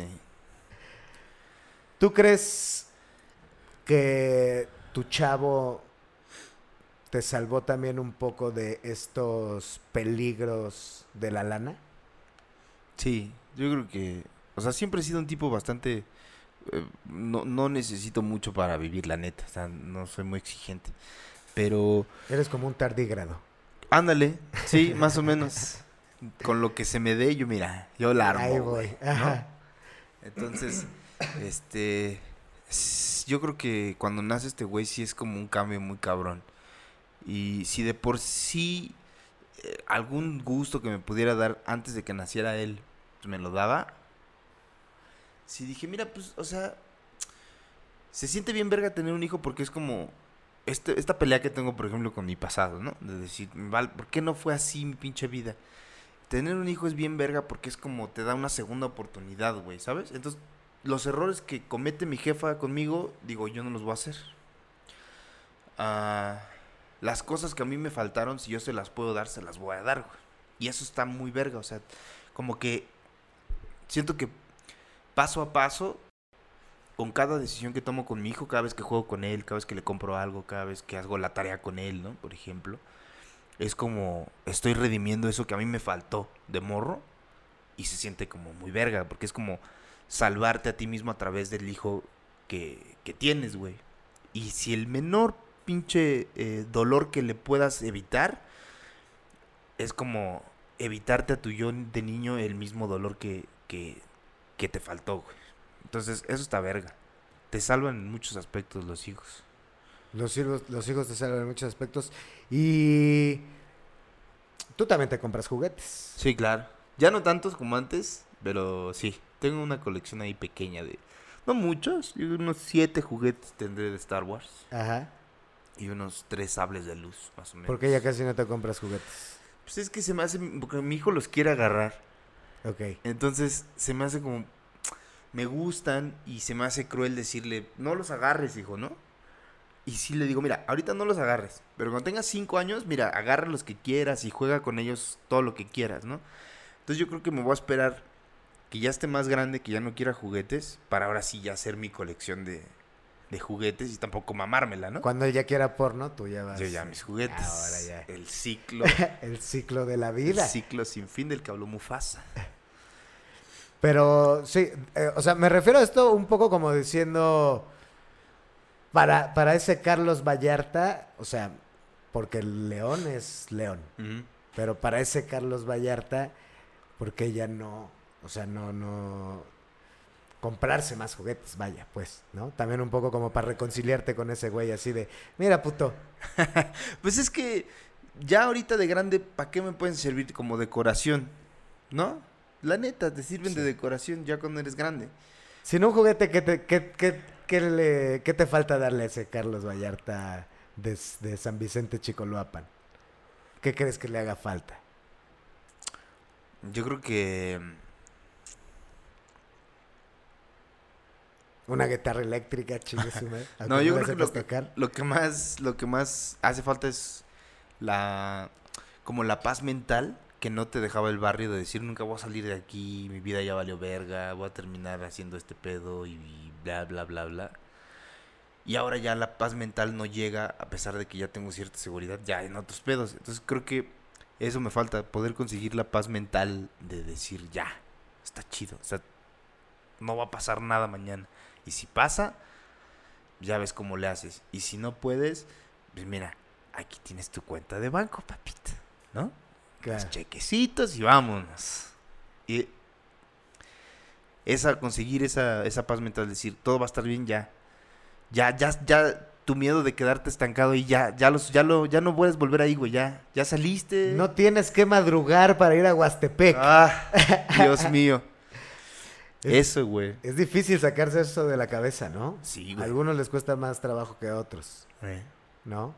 ¿Tú crees que tu chavo te salvó también un poco de estos peligros de la lana? Sí, yo creo que... O sea, siempre he sido un tipo bastante... eh, no, no necesito mucho para vivir, la neta. O sea, no soy muy exigente. Pero... Eres como un tardígrado. Ándale, sí, más o menos. Con lo que se me dé, yo mira, yo la armo. Ahí voy. güey, ¿no? Ajá. Entonces, este... s- Yo creo que cuando nace este güey sí es como un cambio muy cabrón. Y si de por sí eh, algún gusto que me pudiera dar antes de que naciera él, pues me lo daba. Sí dije, mira, pues, o sea, se siente bien verga tener un hijo porque es como este, esta pelea que tengo, por ejemplo, con mi pasado, ¿no? De decir, "Val, ¿por qué no fue así mi pinche vida?" Tener un hijo es bien verga porque es como te da una segunda oportunidad, güey, ¿sabes? Entonces, los errores que comete mi jefa conmigo, digo, yo no los voy a hacer. Ah, las cosas que a mí me faltaron, si yo se las puedo dar, se las voy a dar, güey. Y eso está muy verga, o sea, como que siento que paso a paso, con cada decisión que tomo con mi hijo, cada vez que juego con él, cada vez que le compro algo, cada vez que hago la tarea con él, ¿no? Por ejemplo, es como estoy redimiendo eso que a mí me faltó de morro y se siente como muy verga, porque es como salvarte a ti mismo a través del hijo que, que tienes, güey. Y si el menor pinche eh, dolor que le puedas evitar, es como evitarte a tu yo de niño el mismo dolor que, que, que te faltó, güey. Entonces, eso está verga. Te salvan en muchos aspectos los hijos. Los hijos, los hijos te salvan en muchos aspectos. Y tú también te compras juguetes. Sí, claro. Ya no tantos como antes, pero sí. Tengo una colección ahí pequeña de... No muchos, yo unos siete juguetes tendré de Star Wars. Ajá. Y unos tres sables de luz, más o menos. ¿Por qué ya casi no te compras juguetes? Pues es que se me hace... Porque mi hijo los quiere agarrar. Ok. Entonces, se me hace como... Me gustan y se me hace cruel decirle, no los agarres, hijo, ¿no? Y sí le digo, mira, ahorita no los agarres, pero cuando tengas cinco años, mira, agarra los que quieras y juega con ellos todo lo que quieras, ¿no? Entonces yo creo que me voy a esperar que ya esté más grande, que ya no quiera juguetes, para ahora sí ya hacer mi colección de, de juguetes y tampoco mamármela, ¿no? Cuando él ya quiera porno, tú ya vas. Yo ya mis juguetes. Ahora ya. El ciclo. El ciclo de la El vida. ciclo sin fin del que habló Mufasa. Pero sí, eh, o sea, me refiero a esto un poco como diciendo, para, para ese Carlos Vallarta, o sea, porque el león es león, Ujú. pero para ese Carlos Vallarta, porque ya no, o sea, no, no, comprarse más juguetes, vaya, pues, ¿no? También un poco como para reconciliarte con ese güey así de, mira, puto. Pues es que ya ahorita de grande, ¿para qué me pueden servir como decoración? ¿No? La neta, te sirven Sí. de decoración ya cuando eres grande. Sin un juguete, ¿qué te, qué, qué, qué le, qué te falta darle a ese Carlos Vallarta de, de San Vicente Chicoloapan? ¿Qué crees que le haga falta? Yo creo que... Una guitarra eléctrica, chingue su madre. No, Aunque yo la creo que sepas lo, que tocar. lo que más lo que más hace falta es la como la paz mental que no te dejaba el barrio de decir nunca voy a salir de aquí, mi vida ya valió verga, voy a terminar haciendo este pedo y bla bla bla bla. Y ahora ya la paz mental no llega, a pesar de que ya tengo cierta seguridad, ya en otros pedos. Entonces creo que eso me falta, poder conseguir la paz mental de decir, ya, está chido. O sea, no va a pasar nada mañana. Y si pasa, ya ves cómo le haces. Y si no puedes, pues mira, aquí tienes tu cuenta de banco, papita, ¿no? Claro. Los chequecitos y vámonos. Y esa, conseguir esa, esa paz mental, decir, todo va a estar bien ya. Ya, ya, ya, tu miedo de quedarte estancado y ya, ya los, ya lo, ya no puedes volver ahí, güey, ya, ya saliste. No tienes que madrugar para ir a Huastepec. Ah, Dios mío. Es- Eso, güey. Es difícil sacarse eso de la cabeza, ¿no? Sí, A güey. algunos les cuesta más trabajo que a otros, Eh, ¿no?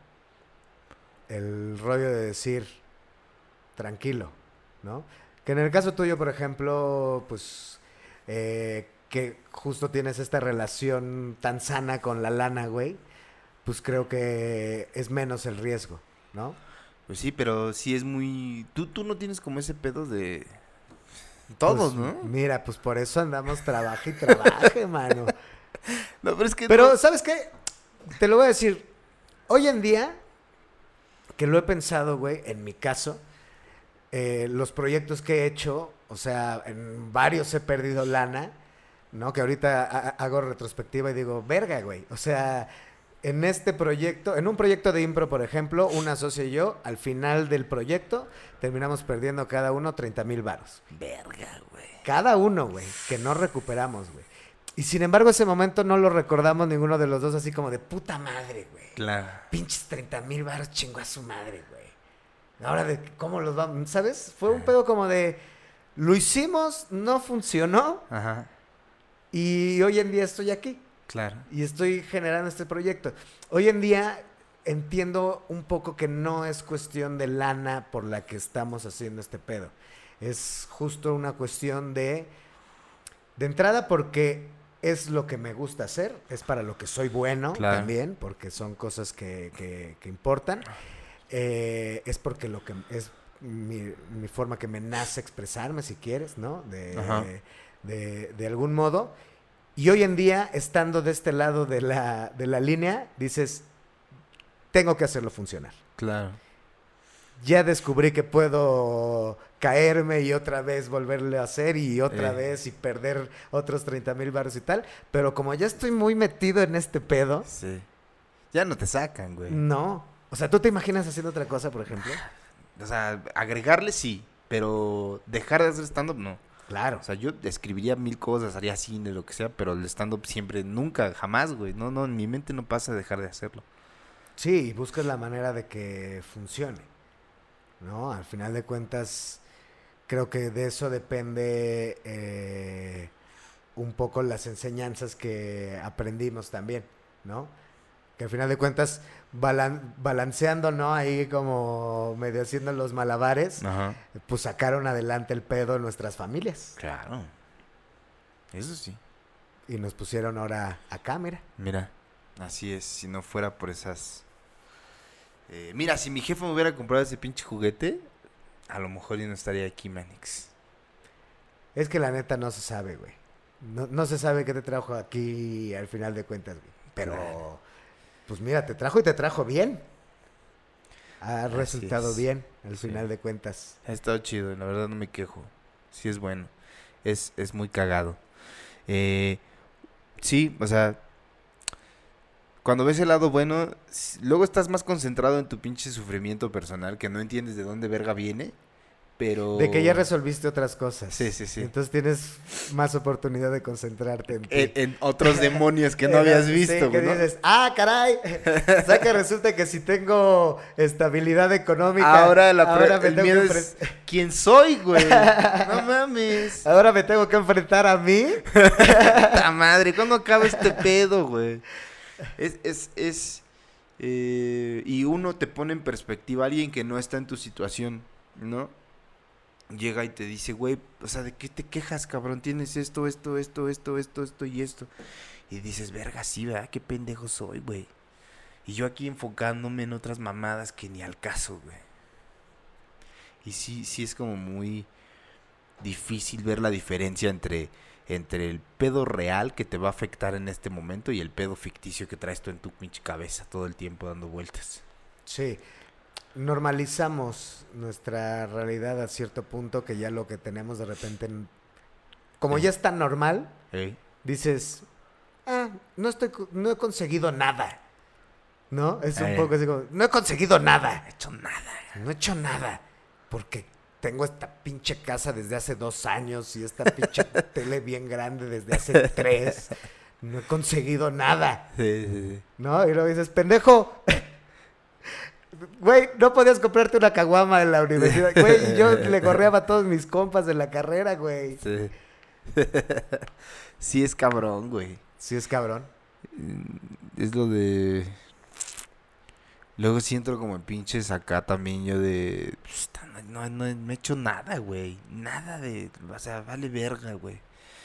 El rollo de decir, tranquilo, ¿no? Que en el caso tuyo, por ejemplo, pues, eh, que justo tienes esta relación tan sana con la lana, güey, pues creo que es menos el riesgo, ¿no? Pues sí, pero sí es muy... Tú, tú no tienes como ese pedo de... Todos, Pues, ¿no? Mira, pues por eso andamos trabaje y trabaje, mano. No, pero es que... Pero, no- ¿sabes qué? Te lo voy a decir. Hoy en día, que lo he pensado, güey, en mi caso, eh, los proyectos que he hecho, o sea, en varios he perdido lana, ¿no? Que ahorita ha- hago retrospectiva y digo, verga, güey. O sea, en este proyecto, en un proyecto de impro, por ejemplo, una socia y yo, al final del proyecto, terminamos perdiendo cada uno treinta mil varos. Verga, güey. Cada uno, güey, que no recuperamos, güey. Y sin embargo, ese momento no lo recordamos ninguno de los dos así como de puta madre, güey. Claro. Pinches treinta mil baros chingo a su madre, güey. Ahora de cómo los vamos, ¿sabes? Fue un pedo como de, lo hicimos, no funcionó Ajá. y hoy en día estoy aquí Claro. y estoy generando este proyecto. Hoy en día entiendo un poco que no es cuestión de lana por la que estamos haciendo este pedo. Es justo una cuestión de, de entrada porque es lo que me gusta hacer, es para lo que soy bueno Claro. también, porque son cosas que, que, que importan. Eh, es porque lo que es mi, mi forma que me nace expresarme, si quieres, ¿no? De, Ajá. de, de algún modo. Y hoy en día, estando de este lado de la, de la línea, dices, tengo que hacerlo funcionar. Claro. Ya descubrí que puedo caerme y otra vez volverle a hacer y otra Eh. vez y perder otros treinta mil baros y tal. Pero como ya estoy muy metido en este pedo, Sí. Ya no te sacan, güey. no. O sea, ¿tú te imaginas haciendo otra cosa, por ejemplo? O sea, agregarle sí, pero dejar de hacer stand-up no. Claro. O sea, yo escribiría mil cosas, haría cine, lo que sea, pero el stand-up siempre, nunca, jamás, güey. No, no, en mi mente no pasa dejar de hacerlo. Sí, y buscas la manera de que funcione, ¿no? Al final de cuentas, creo que de eso depende eh, un poco las enseñanzas que aprendimos también, ¿no? Que al final de cuentas, balan- balanceando, ¿no? Ahí como medio haciendo los malabares, Ajá. pues sacaron adelante el pedo en nuestras familias. Claro. Eso sí. Y nos pusieron ahora acá, mira. Mira, así es, si no fuera por esas... Eh, mira, si mi jefe me hubiera comprado ese pinche juguete, a lo mejor yo no estaría aquí, Manix. Es que la neta no se sabe, güey. No, no se sabe qué te trajo aquí al final de cuentas, güey. Pero, Claro. pues mira, te trajo y te trajo bien. Ha Así resultado es. bien al Sí. final de cuentas. Ha estado chido, la verdad no me quejo. Sí es bueno. Es, es muy cagado. Eh, sí, o sea, cuando ves el lado bueno, s- luego estás más concentrado en tu pinche sufrimiento personal, que no entiendes de dónde verga viene, pero... De que ya resolviste otras cosas. Sí, sí, sí. Entonces tienes más oportunidad de concentrarte en ti. En, en otros demonios que no Eh, habías sí, visto, que güey, ¿no? dices, ah, caray. O sea que resulta que si tengo estabilidad económica, Ahora, la pre- ahora me el tengo miedo que es enfren- ¿quién soy, güey? No mames. ahora me tengo que enfrentar a mí. Puta madre, ¿cuándo acaba este pedo, güey? Es, es, es, eh, y uno te pone en perspectiva a alguien que no está en tu situación, ¿no? Llega y te dice, güey, o sea, ¿de qué te quejas, cabrón? Tienes esto, esto, esto, esto, esto, esto y esto. Y dices, verga, sí, ¿verdad? Qué pendejo soy, güey. Y yo aquí enfocándome en otras mamadas que ni al caso, güey. Y sí, sí es como muy difícil ver la diferencia entre entre el pedo real que te va a afectar en este momento y el pedo ficticio que traes tú en tu pinche cabeza todo el tiempo dando vueltas. Sí, normalizamos nuestra realidad a cierto punto que ya lo que tenemos de repente, como Sí. ya es tan normal, ¿Eh? dices, ah, no estoy, no he conseguido nada, ¿no? Es un Eh. poco así como, no he conseguido nada, No he hecho nada. no he hecho nada, porque tengo esta pinche casa desde hace dos años y esta pinche tele bien grande desde hace tres, no he conseguido nada, Sí, sí, sí. ¿no? Y luego dices, pendejo, güey, no podías comprarte una caguama en la universidad, güey, yo le correaba a todos mis compas de la carrera, güey. Sí. Sí es cabrón, güey. Sí es cabrón. Es lo de... Luego sí entro como en pinches acá también yo de... "Puta, No, no, no he hecho nada, güey. Nada de... O sea, vale verga, güey.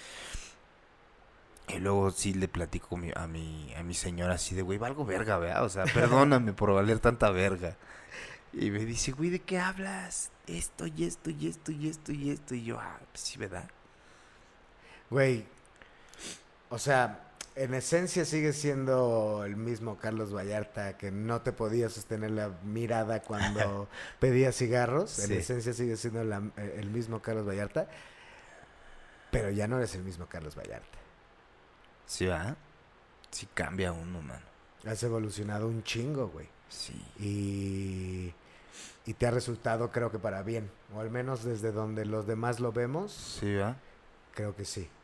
Y luego sí le platico mi- a mi, a mi señora así de, güey, valgo verga, ¿verdad? O sea, perdóname por valer tanta verga. Y me dice, güey, ¿de qué hablas? Esto y esto y esto y esto y esto. Y yo, ah, pues sí, ¿verdad? Güey, o sea, en esencia sigue siendo el mismo Carlos Vallarta que no te podía sostener la mirada cuando pedía cigarros. En Sí. esencia sigue siendo la- el mismo Carlos Vallarta, pero ya no eres el mismo Carlos Vallarta. Sí, ¿verdad? Sí cambia uno, mano. Has evolucionado un chingo, güey. Sí. Y, y te ha resultado, creo que para bien. O al menos desde donde los demás lo vemos, Sí, ¿verdad? creo que sí.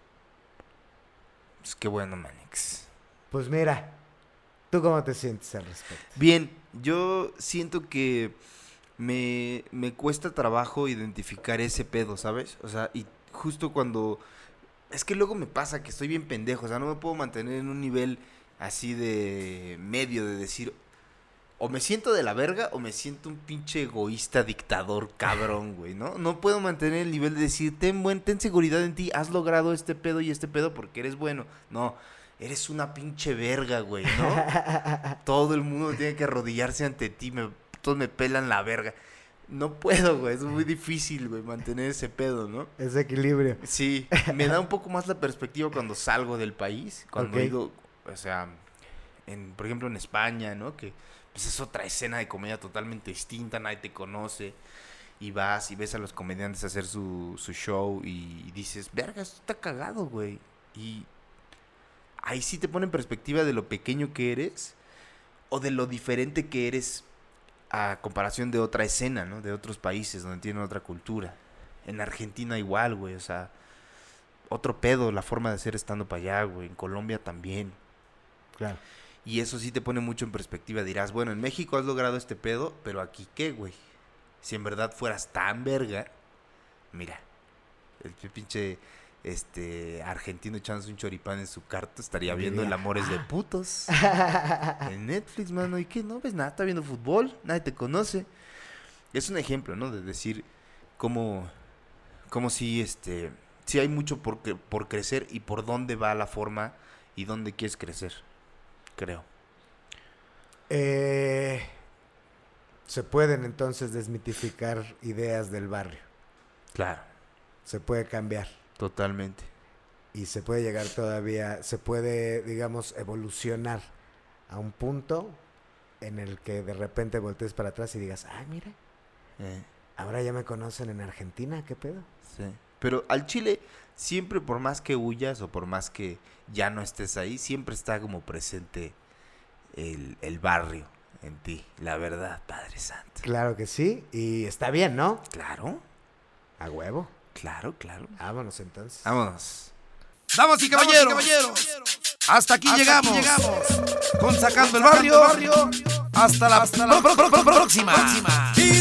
Pues qué bueno, Manix. Pues mira, ¿tú cómo te sientes al respecto? Bien, yo siento que me, me cuesta trabajo identificar ese pedo, ¿sabes? O sea, y justo cuando... Es que luego me pasa que estoy bien pendejo, o sea, no me puedo mantener en un nivel así de medio, de decir, o me siento de la verga o me siento un pinche egoísta dictador cabrón, güey, ¿no? No puedo mantener el nivel de decir, ten, buen, ten seguridad en ti, has logrado este pedo y este pedo porque eres bueno. No, eres una pinche verga, güey, ¿no? Todo el mundo tiene que arrodillarse ante ti, me, todos me pelan la verga. No puedo, güey, es muy difícil, güey, mantener ese pedo, ¿no? Ese equilibrio. Sí, me da un poco más la perspectiva cuando salgo del país, cuando Ok. he ido, o sea, en, por ejemplo en España, ¿no? Que pues es otra escena de comedia totalmente distinta, nadie te conoce, y vas y ves a los comediantes hacer su, su show y dices, verga, esto está cagado, güey. Y ahí sí te pone en perspectiva de lo pequeño que eres o de lo diferente que eres a comparación de otra escena, ¿no? De otros países donde tienen otra cultura. En Argentina igual, güey, o sea, otro pedo la forma de hacer estando para allá, güey. En Colombia también. Claro. Y eso sí te pone mucho en perspectiva. Dirás, bueno, en México has logrado este pedo, pero aquí qué, güey. Si en verdad fueras tan verga, mira, el pinche este argentino echándose un choripán en su cuarto estaría Y viendo diría, el Amores de "Ah". Putos en Netflix, mano. ¿Y qué? No ves nada, está viendo fútbol, nadie te conoce. Es un ejemplo, ¿no? De decir cómo, cómo sí, este, sí hay mucho por, cre- por crecer y por dónde va la forma y dónde quieres crecer, creo. Eh, se pueden entonces desmitificar ideas del barrio. Claro, Se puede cambiar. totalmente. Y se puede llegar todavía, se puede, digamos, evolucionar a un punto en el que de repente voltees para atrás y digas, ay, mira, Eh, ahora ya me conocen en Argentina, ¿qué pedo? sí. Pero al Chile, siempre por más que huyas o por más que ya no estés ahí, siempre está como presente el, el barrio en ti, la verdad, Padre Santo. Claro que sí, y está bien, ¿no? Claro, A huevo. claro, claro. Vámonos entonces. Vámonos. Damas y caballeros, hasta aquí llegamos, con Sacando el Barrio. Hasta la, hasta la próxima.